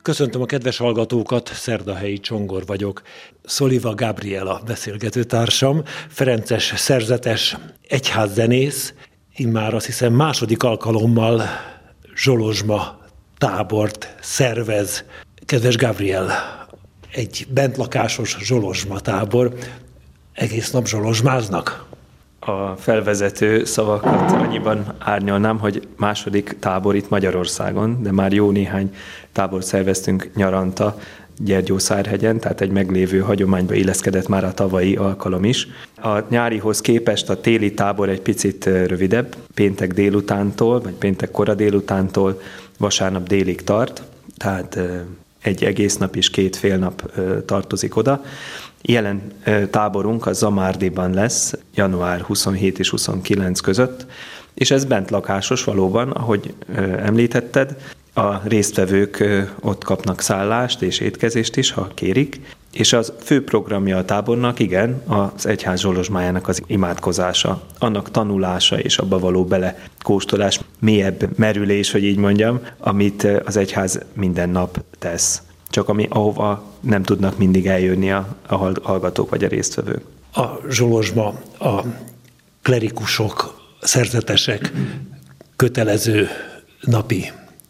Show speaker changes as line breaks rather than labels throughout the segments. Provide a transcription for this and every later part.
Köszöntöm a kedves hallgatókat, Szerdahelyi Csongor vagyok. Szoliva Gabriela beszélgetőtársam, ferences szerzetes egyházzenész, immár azt hiszem második alkalommal zsolozsma tábort szervez. Kedves Gabriel, egy bentlakásos zsolozsma tábor, egész nap zsolozsmáznak?
A felvezető szavakat annyiban árnyalnám, hogy második tábor itt Magyarországon, de már jó néhány tábor szerveztünk nyaranta Gyergyószárhegyen, tehát egy meglévő hagyományba illeszkedett már a tavalyi alkalom is. A nyárihoz képest a téli tábor egy picit rövidebb, péntek délutántól, vagy péntek kora délutántól vasárnap délig tart, tehát egy egész nap és 2 fél nap tartozik oda. Jelen táborunk a Zamárdiban lesz, január 27 és 29 között, és ez bentlakásos valóban, ahogy említetted. A résztvevők ott kapnak szállást és étkezést is, ha kérik, és az fő programja a tábornak, igen, az egyház zsolozsmájának az imádkozása, annak tanulása és abba való belekóstolás, mélyebb merülés, hogy így mondjam, amit az egyház minden nap tesz. Csak ahova nem tudnak mindig eljönni a hallgatók vagy a résztvevők.
A zsolozsma, a klerikusok, szerzetesek kötelező napi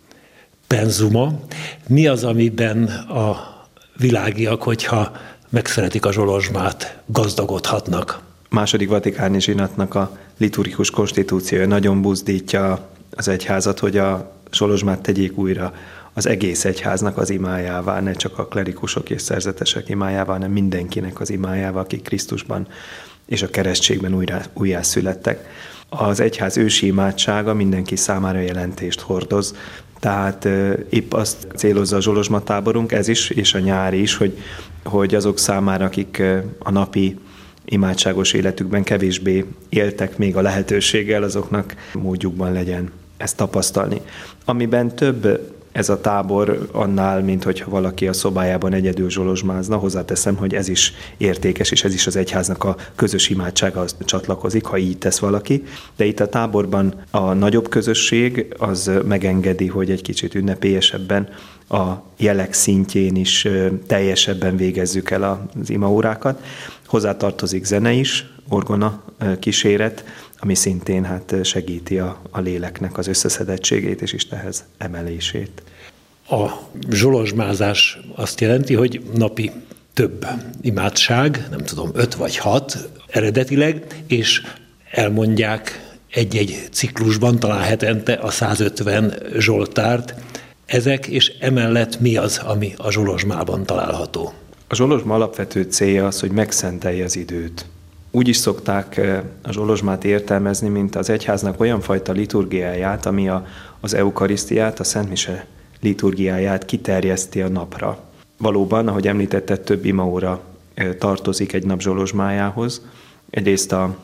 penzuma. Mi az, amiben a világiak, hogyha megszeretik a zsolozsmát, gazdagodhatnak?
Második Vatikáni zsinatnak a liturgikus konstitúciója nagyon buzdítja az egyházat, hogy a zsolozsmát tegyék újra az egész egyháznak az imájává, ne csak a klerikusok és szerzetesek imájává, hanem mindenkinek az imájává, akik Krisztusban és a keresztségben újjászülettek. Az egyház ősi imádsága mindenki számára jelentést hordoz, tehát épp azt célozza a zsolozsma táborunk, ez is, és a nyári is, hogy azok számára, akik a napi imádságos életükben kevésbé éltek még a lehetőséggel, azoknak módjukban legyen ezt tapasztalni. Amiben több ez a tábor annál, mint hogyha valaki a szobájában egyedül zsolozsmázna, hozzáteszem, hogy ez is értékes, és ez is az egyháznak a közös imádságához csatlakozik, ha így tesz valaki. De itt a táborban a nagyobb közösség az megengedi, hogy egy kicsit ünnepélyesebben, a jelek szintjén is teljesebben végezzük el az imaórákat. Hozzátartozik zene is, orgona kíséret, ami szintén segíti a léleknek az összeszedettségét és Istenhez emelését.
A zsolozsmázás azt jelenti, hogy napi több imádság, nem tudom, 5 vagy 6 eredetileg, és elmondják egy-egy ciklusban, talán hetente a 150 zsoltárt. Ezek és emellett mi az, ami a zsolozsmában található?
A zsolozsma alapvető célja az, hogy megszentelje az időt. Úgy is szokták a zsolozsmát értelmezni, mint az egyháznak olyan fajta liturgiáját, ami az eukarisztiát, a Szentmise liturgiáját kiterjeszti a napra. Valóban, ahogy említetted, több imaóra tartozik egy nap zsolozsmájához. Egyrészt a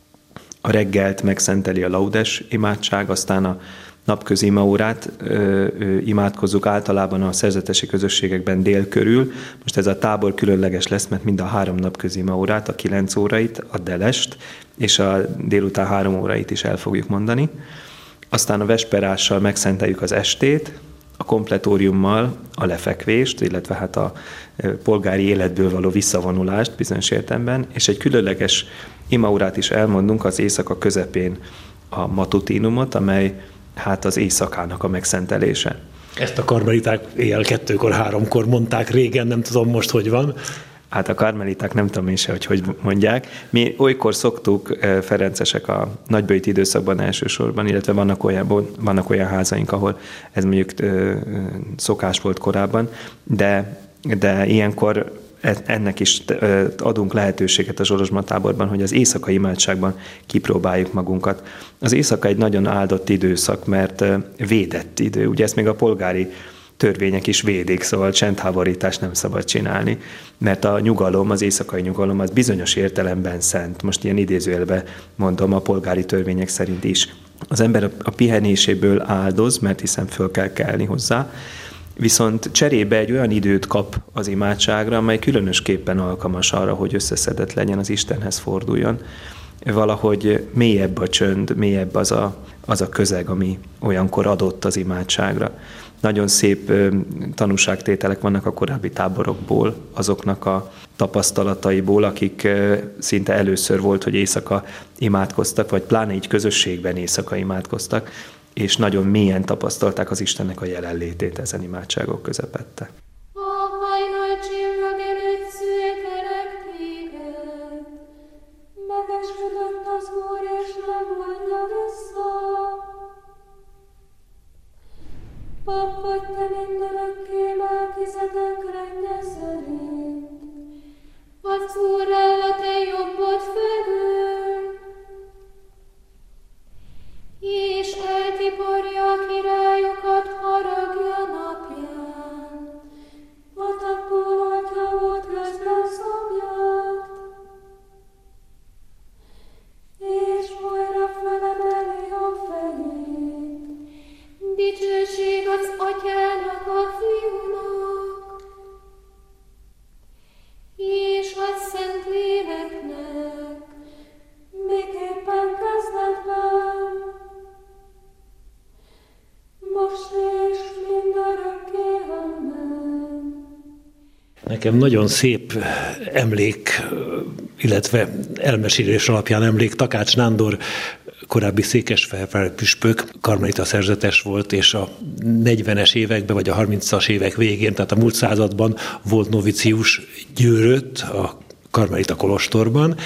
reggelt megszenteli a laudes imádság, aztán a napközi imaórát imádkozzuk általában a szerzetesi közösségekben dél körül. Most ez a tábor különleges lesz, mert mind a 3 napközi imaórát, a 9 órait, a delest, és a délután 3 órait is el fogjuk mondani. Aztán a vesperással megszenteljük az estét, a kompletóriummal a lefekvést, illetve a polgári életből való visszavonulást bizonyos értelemben, és egy különleges imaórát is elmondunk az éjszaka közepén, a matutinumot, amely az éjszakának a megszentelése.
Ezt a karmeliták éjjel 2-kor, 3-kor mondták régen, nem tudom most, hogy van.
A karmeliták nem tudom én se, hogy mondják. Mi olykor szoktuk, ferencesek a nagybőjti időszakban elsősorban, illetve vannak olyan házaink, ahol ez mondjuk szokás volt korábban, de ilyenkor ennek is adunk lehetőséget a zsolozsma táborban, hogy az éjszakai imádságban kipróbáljuk magunkat. Az éjszaka egy nagyon áldott időszak, mert védett idő. Ugye ezt még a polgári törvények is védik, szóval csendháborítást nem szabad csinálni, mert a nyugalom, az éjszakai nyugalom az bizonyos értelemben szent. Most ilyen idézőjelben mondom, a polgári törvények szerint is. Az ember a pihenéséből áldoz, mert hiszen föl kell kelni hozzá, viszont cserébe egy olyan időt kap az imádságra, amely különösképpen alkalmas arra, hogy összeszedett legyen, az Istenhez forduljon. valahogy mélyebb a csönd, mélyebb az a közeg, ami olyankor adott az imádságra. Nagyon szép tanúságtételek vannak a korábbi táborokból, azoknak a tapasztalataiból, akik szinte először volt, hogy éjszaka imádkoztak, vagy pláne így közösségben éjszaka imádkoztak, és nagyon mélyen tapasztalták az Istennek a jelenlétét ezen imádságok közepette.
Pap vagy te mindörökké Melkisedek rendje szerint, adsz Úrrel a te jobbod felül, és eltiporja a királyokat haragja napján, a tappolhatja volt közben szobját, és újra felemeli a fejét. Dicsőség az Atyának, a Fiúnak, és a Szentléleknek, miképpen kezdetben, most és mindörökké. Amen.
Nekem nagyon szép emlék, illetve elmesélés alapján emlék Takács Nándor, korábbi székesfehérvári püspök, karmelita szerzetes volt, és a 40-es években, vagy a 30-as évek végén, tehát a múlt században volt novicius Győrött a karmelita kolostorban,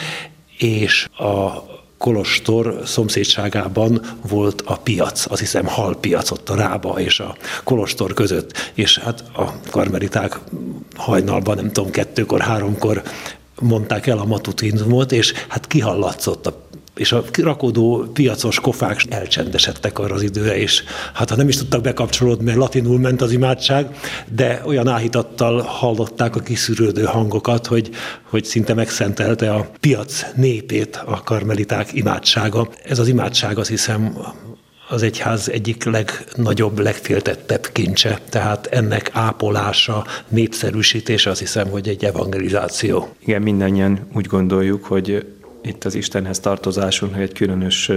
és a kolostor szomszédságában volt a piac, azt hiszem halpiac ott a Rába és a kolostor között, és hát a karmeliták hajnalban, nem tudom, 2-kor, 3-kor mondták el a matutinumot, és hát kihallatszott és a rakodó piacos kofák elcsendesedtek arra az időre, és hát ha nem is tudtak bekapcsolódni, mert latinul ment az imádság, de olyan áhítattal hallották a kiszűrődő hangokat, hogy szinte megszentelte a piac népét a karmeliták imádsága. Ez az imádság, azt hiszem, az egyház egyik legnagyobb, legféltettebb kincse, tehát ennek ápolása, népszerűsítése, azt hiszem, hogy egy evangelizáció.
Igen, mindannyian úgy gondoljuk, hogy itt az Istenhez tartozásunknak egy különös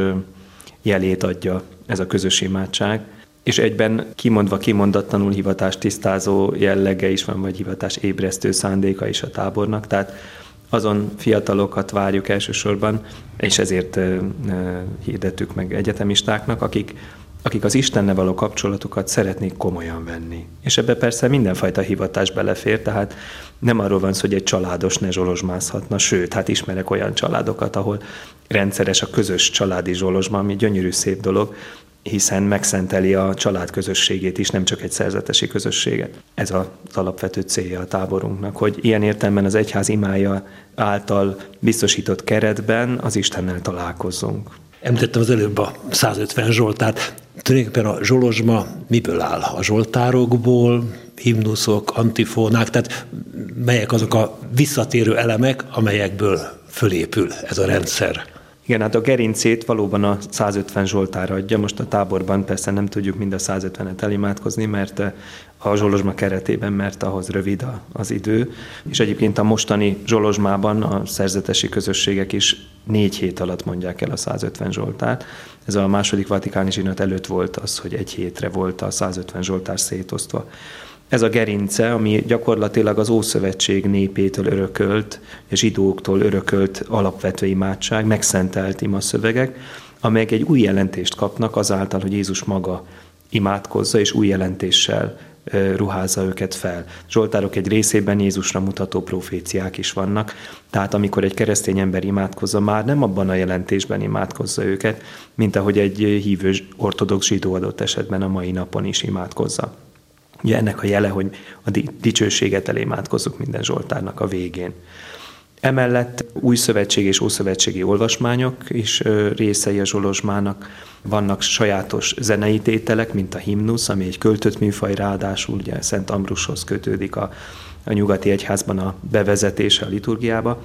jelét adja ez a közös imádság, és egyben kimondva kimondatlanul hivatás tisztázó jellege is van, vagy hivatás ébresztő szándéka is a tábornak, tehát azon fiatalokat várjuk elsősorban, és ezért hirdettük meg egyetemistáknak, akik az Istennel való kapcsolatukat szeretnék komolyan venni. És ebbe persze mindenfajta hivatás belefér, tehát nem arról van szó, hogy egy családos ne zsolozsmázhatna, sőt, hát ismerek olyan családokat, ahol rendszeres a közös családi zsolozsma, ami gyönyörű szép dolog, hiszen megszenteli a család közösségét is, nem csak egy szerzetesi közösséget. Ez az alapvető célja a táborunknak, hogy ilyen értelemben az egyház imája által biztosított keretben az Istennel találkozzunk.
Említettem az előbb a 150 zsoltárt. Tulajdonképpen a zsolozsma miből áll? A zsoltárokból, himnuszok, antifónák, tehát melyek azok a visszatérő elemek, amelyekből fölépül ez a rendszer?
Igen, hát a gerincét valóban a 150 zsoltár adja. Most a táborban persze nem tudjuk mind a 150-et elimádkozni, mert a zsolozsma keretében, mert ahhoz rövid az idő. És egyébként a mostani zsolozsmában a szerzetesi közösségek is 4 hét alatt mondják el a 150 zsoltárt. Ez a második vatikáni zsinat előtt volt az, hogy 1 hétre volt a 150 zsoltár szétosztva. Ez a gerince, ami gyakorlatilag az Ószövetség népétől örökölt, és zsidóktól örökölt alapvető imádság, megszentelt imaszövegek, amelyek egy új jelentést kapnak azáltal, hogy Jézus maga imádkozza, és új jelentéssel ruházza őket fel. Zsoltárok egy részében Jézusra mutató proféciák is vannak, tehát amikor egy keresztény ember imádkozza, már nem abban a jelentésben imádkozza őket, mint ahogy egy hívő ortodox zsidó adott esetben a mai napon is imádkozza. Ugye ennek a jele, hogy a dicsőséget elé imádkozzuk minden zsoltárnak a végén. Emellett új szövetség és ószövetségi olvasmányok is részei a zsolozsmának. Vannak sajátos zenei tételek, mint a himnusz, ami egy költött műfaj, ráadásul ugye Szent Ambrushoz kötődik a nyugati egyházban a bevezetése a liturgiába.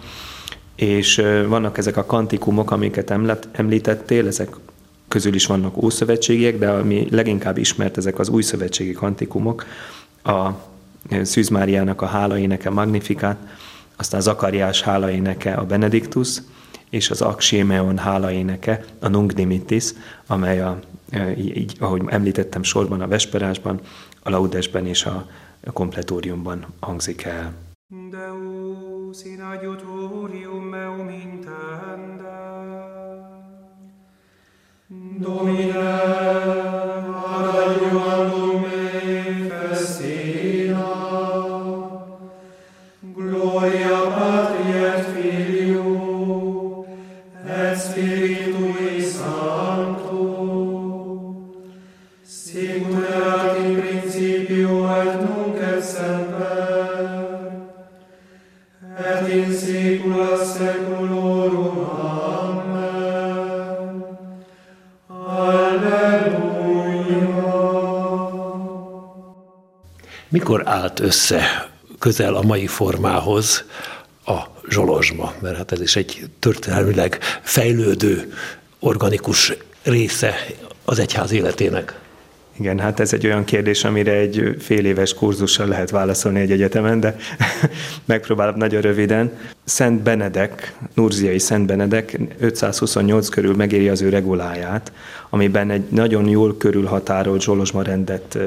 És vannak ezek a kantikumok, amiket említettél, ezek közül is vannak ószövetségiek, de ami leginkább ismert, ezek az új szövetségi kantikumok, a Szűz Máriának a hálaéneke Magnificat, aztán Zakariás hálaéneke a Benediktus, és az Aximeon hálaéneke, a Nunc Dimittis, amely így, ahogy említettem, sorban a Vesperásban, a Laudesben és a Completoriumban hangzik el.
Deus in adiutorium meum intenda. Domine, ad adiuvandum me festina. Gloria Patri et Filio et Spiritui Sancto. Sicut erat in principio et nunc et semper. Et in saecula saeculorum. Amen. Alleluia.
Mikor állt össze közel a mai formához a zsolozsma? Mert hát ez is egy történelmileg fejlődő, organikus része az egyház életének.
Igen, hát ez egy olyan kérdés, amire egy fél éves kurzussal lehet válaszolni egy egyetemen, de megpróbálom nagyon röviden. Szent Benedek, nurziai Szent Benedek 528 körül megéri az ő reguláját, amiben egy nagyon jól körülhatárolt zsolozsma rendet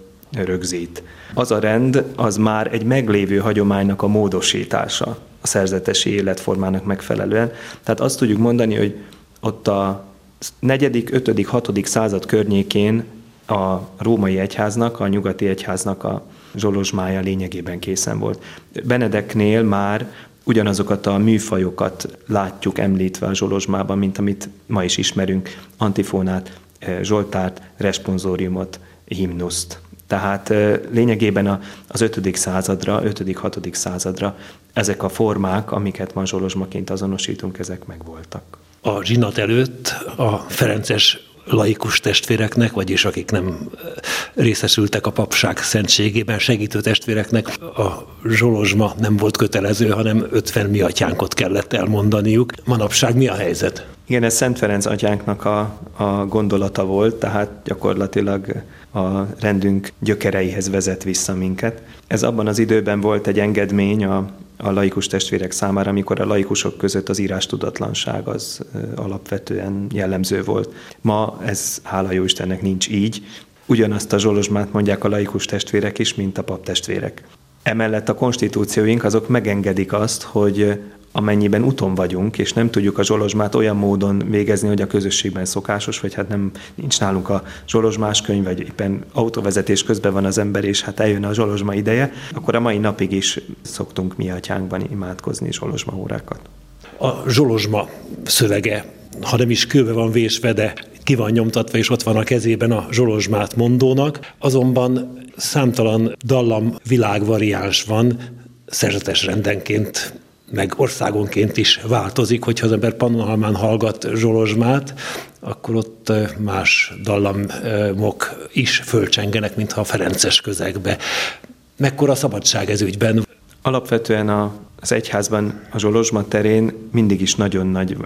rögzít. Az a rend, az már egy meglévő hagyománynak a módosítása a szerzetesi életformának megfelelően. Tehát azt tudjuk mondani, hogy ott a 4., 5., 6. század környékén a római egyháznak, a nyugati egyháznak a zsolozsmája lényegében készen volt. Benedeknél már ugyanazokat a műfajokat látjuk említve a zsolozsmában, mint amit ma is ismerünk, antifonát, zsoltárt, responsoriumot, himnuszt. Tehát lényegében az 5. századra, 5.-6. századra ezek a formák, amiket ma zsolozsmaként azonosítunk, ezek megvoltak.
A zsinat előtt a ferences laikus testvéreknek, vagyis akik nem részesültek a papság szentségében, segítő testvéreknek a zsolozsma nem volt kötelező, hanem 50 mi atyánkot kellett elmondaniuk. Manapság mi a helyzet?
Igen, ez Szent Ferenc atyánknak a gondolata volt, tehát gyakorlatilag a rendünk gyökereihez vezet vissza minket. Ez abban az időben volt egy engedmény a laikus testvérek számára, amikor a laikusok között az írástudatlanság az alapvetően jellemző volt. Ma ez, hála jó Istennek, nincs így. Ugyanazt a zsolozsmát mondják a laikus testvérek is, mint a paptestvérek. Emellett a konstitúcióink azok megengedik azt, hogy amennyiben úton vagyunk, és nem tudjuk a zsolozsmát olyan módon végezni, hogy a közösségben szokásos, vagy hát nincs nálunk a zsolozsmás könyv, vagy éppen autóvezetés közben van az ember, és hát eljön a zsolozsma ideje, akkor a mai napig is szoktunk mi atyánkban imádkozni zsolozsma órákat.
A zsolozsma szövege, ha nem is kőbe van vésve, de ki van nyomtatva, és ott van a kezében a zsolozsmát mondónak, azonban számtalan dallam világvariáns van, szerzetes rendenként, meg országonként is változik, hogyha az ember Pannonhalmán hallgat zsolozsmát, akkor ott más dallamok is fölcsengenek, mintha a ferences közegbe. Mekkora szabadság ez ügyben?
Alapvetően az egyházban a zsolozsma terén mindig is nagyon nagy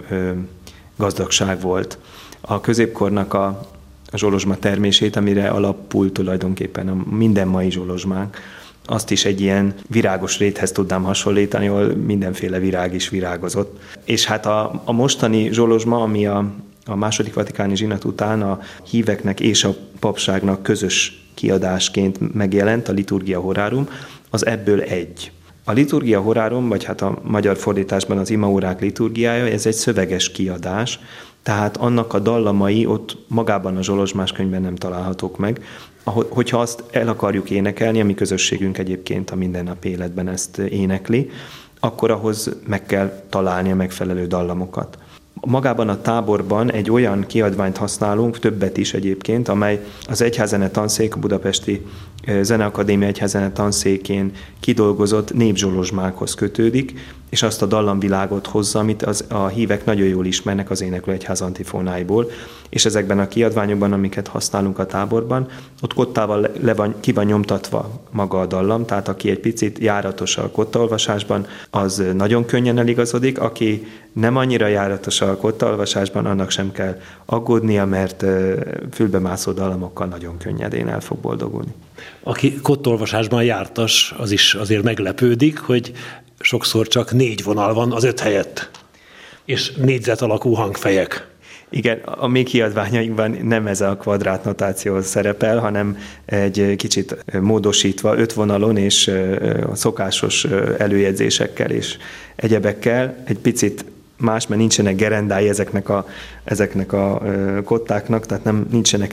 gazdagság volt. A középkornak a zsolozsma termését, amire alapul tulajdonképpen a minden mai zsolozsmánk, azt is egy ilyen virágos réthez tudnám hasonlítani, ahol mindenféle virág is virágozott. És hát a mostani zsolozsma, ami a második vatikáni zsinat után a híveknek és a papságnak közös kiadásként megjelent, a Liturgia Horarum, az ebből egy. A Liturgia Horarum, vagy hát a magyar fordításban az imaórák liturgiája, ez egy szöveges kiadás, tehát annak a dallamai ott magában a zsolozsmás könyvben nem találhatók meg. Hogyha azt el akarjuk énekelni, a mi közösségünk egyébként a mindennapi életben ezt énekli, akkor ahhoz meg kell találni a megfelelő dallamokat. Magában a táborban egy olyan kiadványt használunk, többet is egyébként, amely az Egyházzene tanszék, a Budapesti Zeneakadémia Egyházzene tanszékén kidolgozott népzsolozsmákhoz kötődik, és azt a dallamvilágot hozza, amit a hívek nagyon jól ismernek az éneklő egyház antifónáiból, és ezekben a kiadványokban, amiket használunk a táborban, ott kottával ki van nyomtatva maga a dallam, tehát aki egy picit járatos a kottaolvasásban, az nagyon könnyen eligazodik, aki nem annyira járatos a kottaolvasásban, annak sem kell aggódnia, mert fülbemászó dallamokkal nagyon könnyedén el fog boldogulni.
Aki kottolvasásban jártas, az is azért meglepődik, hogy sokszor csak 4 vonal van az 5 helyett. és négyzet alakú hangfejek.
Igen, a mi kiadványainkban nem ez a kvadrátnotáció szerepel, hanem egy kicsit módosítva 5 vonalon és a szokásos előjegyzésekkel és egyebekkel, egy picit más, mert nincsenek gerendái ezeknek a kottáknak, tehát nincsenek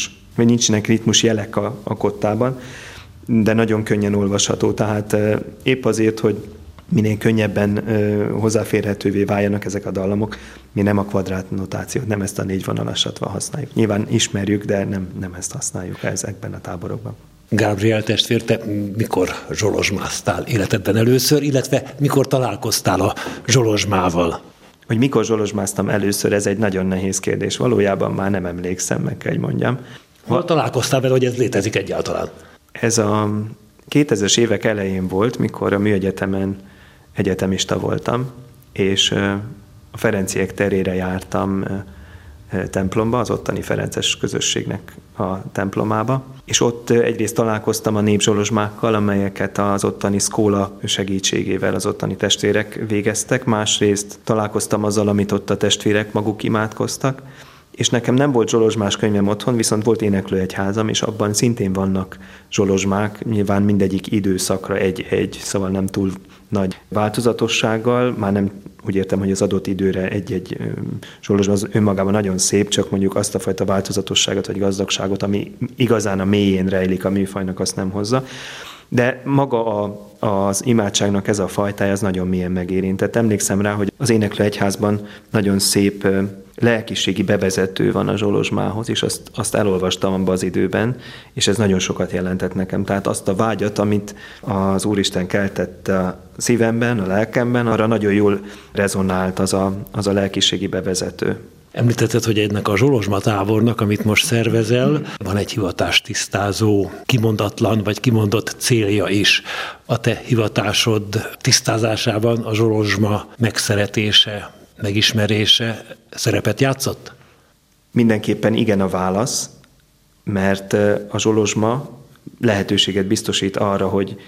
ritmus jelek a kottában, de nagyon könnyen olvasható, tehát épp azért, hogy minél könnyebben hozzáférhetővé váljanak ezek a dallamok, mi nem a kvadrátnotációt, nem ezt a 4 vonalasat használjuk. Nyilván ismerjük, de nem ezt használjuk ezekben a táborokban.
Gabriel testvér, te mikor zsolozsmáztál életedben először, illetve mikor találkoztál a zsolozsmával?
Hogy mikor zsolozsmáztam először, ez egy nagyon nehéz kérdés. Valójában már nem emlékszem, meg kell, hogy mondjam.
Hol találkoztál vele, hogy ez létezik egyáltalán?
Ez a 2000-es évek elején volt, mikor a Műegyetemen egyetemista voltam, és a Ferenciek terére jártam templomba, az ottani ferences közösségnek a templomába, és ott egyrészt találkoztam a népzsolozsmákkal, amelyeket az ottani szkóla segítségével az ottani testvérek végeztek, másrészt találkoztam azzal, amit ott a testvérek maguk imádkoztak, és nekem nem volt zsolozsmás könyvem otthon, viszont volt éneklőegyházam, és abban szintén vannak zsolozsmák, nyilván mindegyik időszakra egy-egy, szóval nem túl nagy változatossággal, már nem úgy értem, hogy az adott időre egy-egy zsolozsma az önmagában nagyon szép, csak mondjuk azt a fajta változatosságot vagy gazdagságot, ami igazán a mélyén rejlik a műfajnak, azt nem hozza. De maga az imádságnak ez a fajtája, az nagyon mélyen megérintett. Emlékszem rá, hogy az éneklőegyházban nagyon szép lelkiségi bevezető van a zsolozsmához, és azt elolvastam abban az időben, és ez nagyon sokat jelentett nekem. Tehát azt a vágyat, amit az Úristen keltett a szívemben, a lelkemben, arra nagyon jól rezonált az a lelkiségi bevezető.
Említetted, hogy ennek a zsolozsma tábornak, amit most szervezel, van egy hivatástisztázó, kimondatlan vagy kimondott célja is. A te hivatásod tisztázásában a zsolozsma megszeretése, megismerése szerepet játszott?
Mindenképpen igen a válasz, mert a zsolozsma lehetőséget biztosít arra,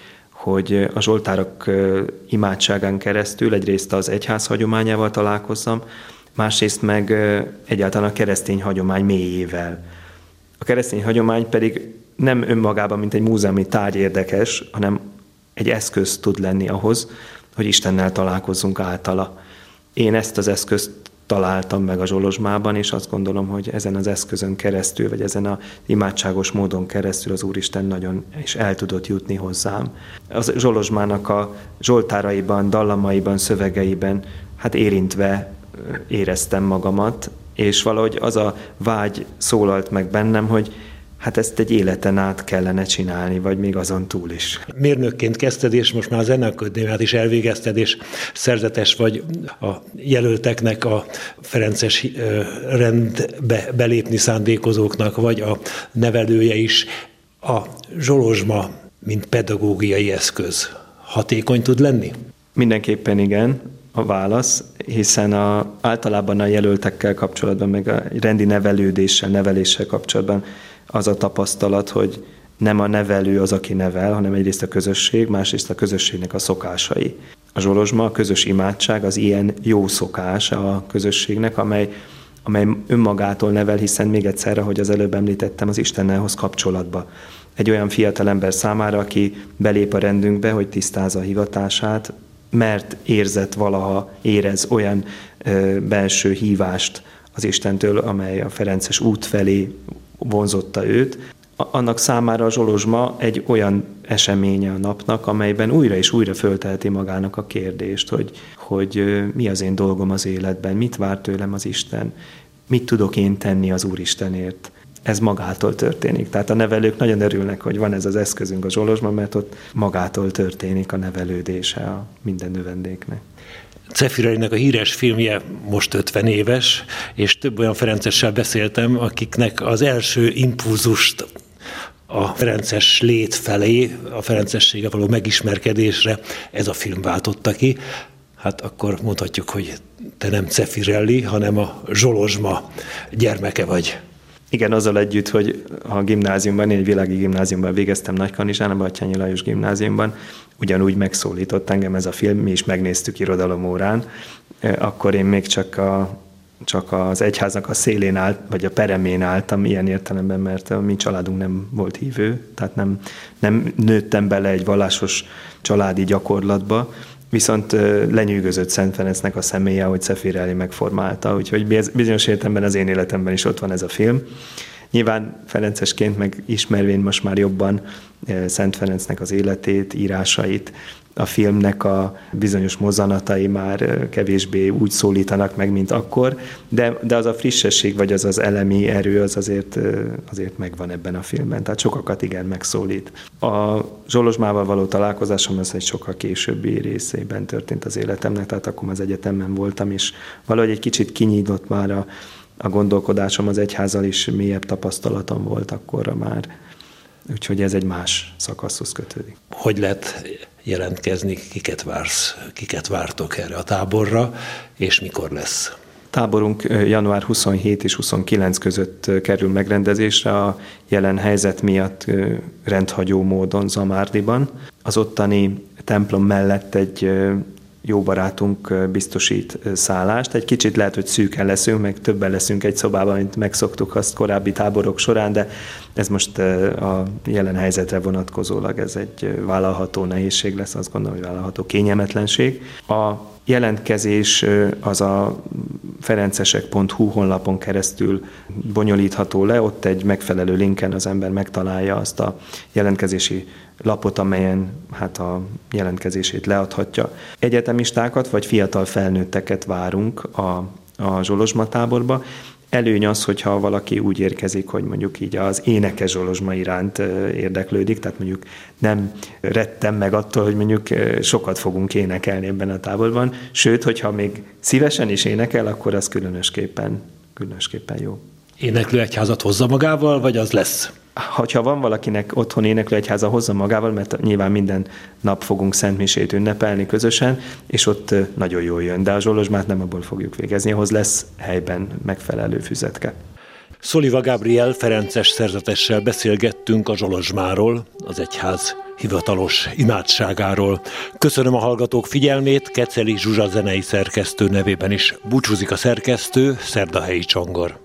hogy a zsoltárok imádságán keresztül egyrészt az egyház hagyományával találkozzam, másrészt meg egyáltalán a keresztény hagyomány mélyével. A keresztény hagyomány pedig nem önmagában, mint egy múzeumi tárgy érdekes, hanem egy eszköz tud lenni ahhoz, hogy Istennel találkozzunk általa. Én ezt az eszközt találtam meg a zsolozsmában, és azt gondolom, hogy ezen az eszközön keresztül, vagy ezen az imádságos módon keresztül az Úristen nagyon is el tudott jutni hozzám. A zsolozsmának a zsoltáraiban, dallamaiban, szövegeiben érintve éreztem magamat, és valahogy az a vágy szólalt meg bennem, hogy ezt egy életen át kellene csinálni, vagy még azon túl is.
Mérnökként kezdted, és most már a Zeneakadémiát is elvégezted, és szerzetes vagy a jelölteknek, a ferences rendbe belépni szándékozóknak, vagy a nevelője is. A zsolozsma, mint pedagógiai eszköz, hatékony tud lenni?
Mindenképpen igen a válasz, hiszen általában a jelöltekkel kapcsolatban, meg a rendi neveléssel kapcsolatban az a tapasztalat, hogy nem a nevelő az, aki nevel, hanem egyrészt a közösség, másrészt a közösségnek a szokásai. A zsolozsma, a közös imádság az ilyen jó szokás a közösségnek, amely önmagától nevel, hiszen még egyszer, ahogy az előbb említettem, az Istennel hoz kapcsolatba. Egy olyan fiatal ember számára, aki belép a rendünkbe, hogy tisztázza a hivatását, mert érez olyan belső hívást az Istentől, amely a ferences út felé vonzotta őt. Annak számára a zsolozsma egy olyan eseménye a napnak, amelyben újra és újra fölteheti magának a kérdést, hogy mi az én dolgom az életben, mit vár tőlem az Isten, mit tudok én tenni az Úristenért. Ez magától történik. Tehát a nevelők nagyon örülnek, hogy van ez az eszközünk, a zsolozsma, mert ott magától történik a nevelődése a minden növendéknek.
Cefirellinek a híres filmje most 50 éves, és több olyan ferencessel beszéltem, akiknek az első impulzust a ferences lét felé, a ferencességgel való megismerkedésre ez a film váltotta ki. Akkor mondhatjuk, hogy te nem Cefirelli, hanem a zsolozsma gyermeke vagy.
Igen, azzal együtt, hogy a gimnáziumban, én egy világi gimnáziumban végeztem Nagykanizsán, a Batthyány Lajos gimnáziumban, ugyanúgy megszólított engem ez a film, mi is megnéztük irodalom órán, akkor én még csak az egyháznak a szélén állt, vagy a peremén álltam ilyen értelemben, mert a mi családunk nem volt hívő, tehát nem nőttem bele egy vallásos családi gyakorlatba, viszont lenyűgözött Szent Ferencnek a személye, hogy Szefirre Eli megformálta, úgyhogy bizonyos értelemben az én életemben is ott van ez a film. Nyilván ferencesként meg ismervén most már jobban Szent Ferencnek az életét, írásait, a filmnek a bizonyos mozzanatai már kevésbé úgy szólítanak meg, mint akkor, de az a frissesség, vagy az elemi erő az azért megvan ebben a filmben. Tehát sokakat igen megszólít. A Zsolozsmával való találkozásom az egy sokkal későbbi részében történt az életemnek, tehát akkor az egyetemen voltam, és valahogy egy kicsit kinyított már a gondolkodásom, az egyházzal is mélyebb tapasztalatom volt akkorra már. Úgyhogy ez egy más szakaszhoz kötődik.
Hogy lehet jelentkezni, kiket vártok erre a táborra, és mikor lesz?
Táborunk január 27 és 29 között kerül megrendezésre a jelen helyzet miatt rendhagyó módon Zamárdiban. Az ottani templom mellett egy jó barátunk biztosít szállást. Egy kicsit lehet, hogy szűken leszünk, meg többen leszünk egy szobában, mint megszoktuk azt korábbi táborok során, de ez most a jelen helyzetre vonatkozólag ez egy vállalható nehézség lesz, azt gondolom, hogy vállalható kényelmetlenség. A jelentkezés az a ferencesek.hu honlapon keresztül bonyolítható le, ott egy megfelelő linken az ember megtalálja azt a jelentkezési lapot, amelyen hát a jelentkezését leadhatja. Egyetemistákat vagy fiatal felnőtteket várunk a Zsolozsma táborba. Előny az, hogyha valaki úgy érkezik, hogy mondjuk így az énekes Zsolozsma iránt érdeklődik, tehát mondjuk nem rettem meg attól, hogy mondjuk sokat fogunk énekelni ebben a táborban, sőt, hogyha még szívesen is énekel, akkor az különösképpen jó.
Éneklőegyházat hozza magával, vagy az lesz?
Ha van valakinek otthon éneklőegyháza, hozza magával, mert nyilván minden nap fogunk szentmisét ünnepelni közösen, és ott nagyon jól jön. De a Zsolozsmát nem abból fogjuk végezni, ahhoz lesz helyben megfelelő füzetke.
Szoliva Gabriel ferences szerzetessel beszélgettünk a Zsolozsmáról, az egyház hivatalos imádságáról. Köszönöm a hallgatók figyelmét, Keceli Zsuzsa zenei szerkesztő nevében is búcsúzik a szerkesztő, Szerdahelyi Csongor.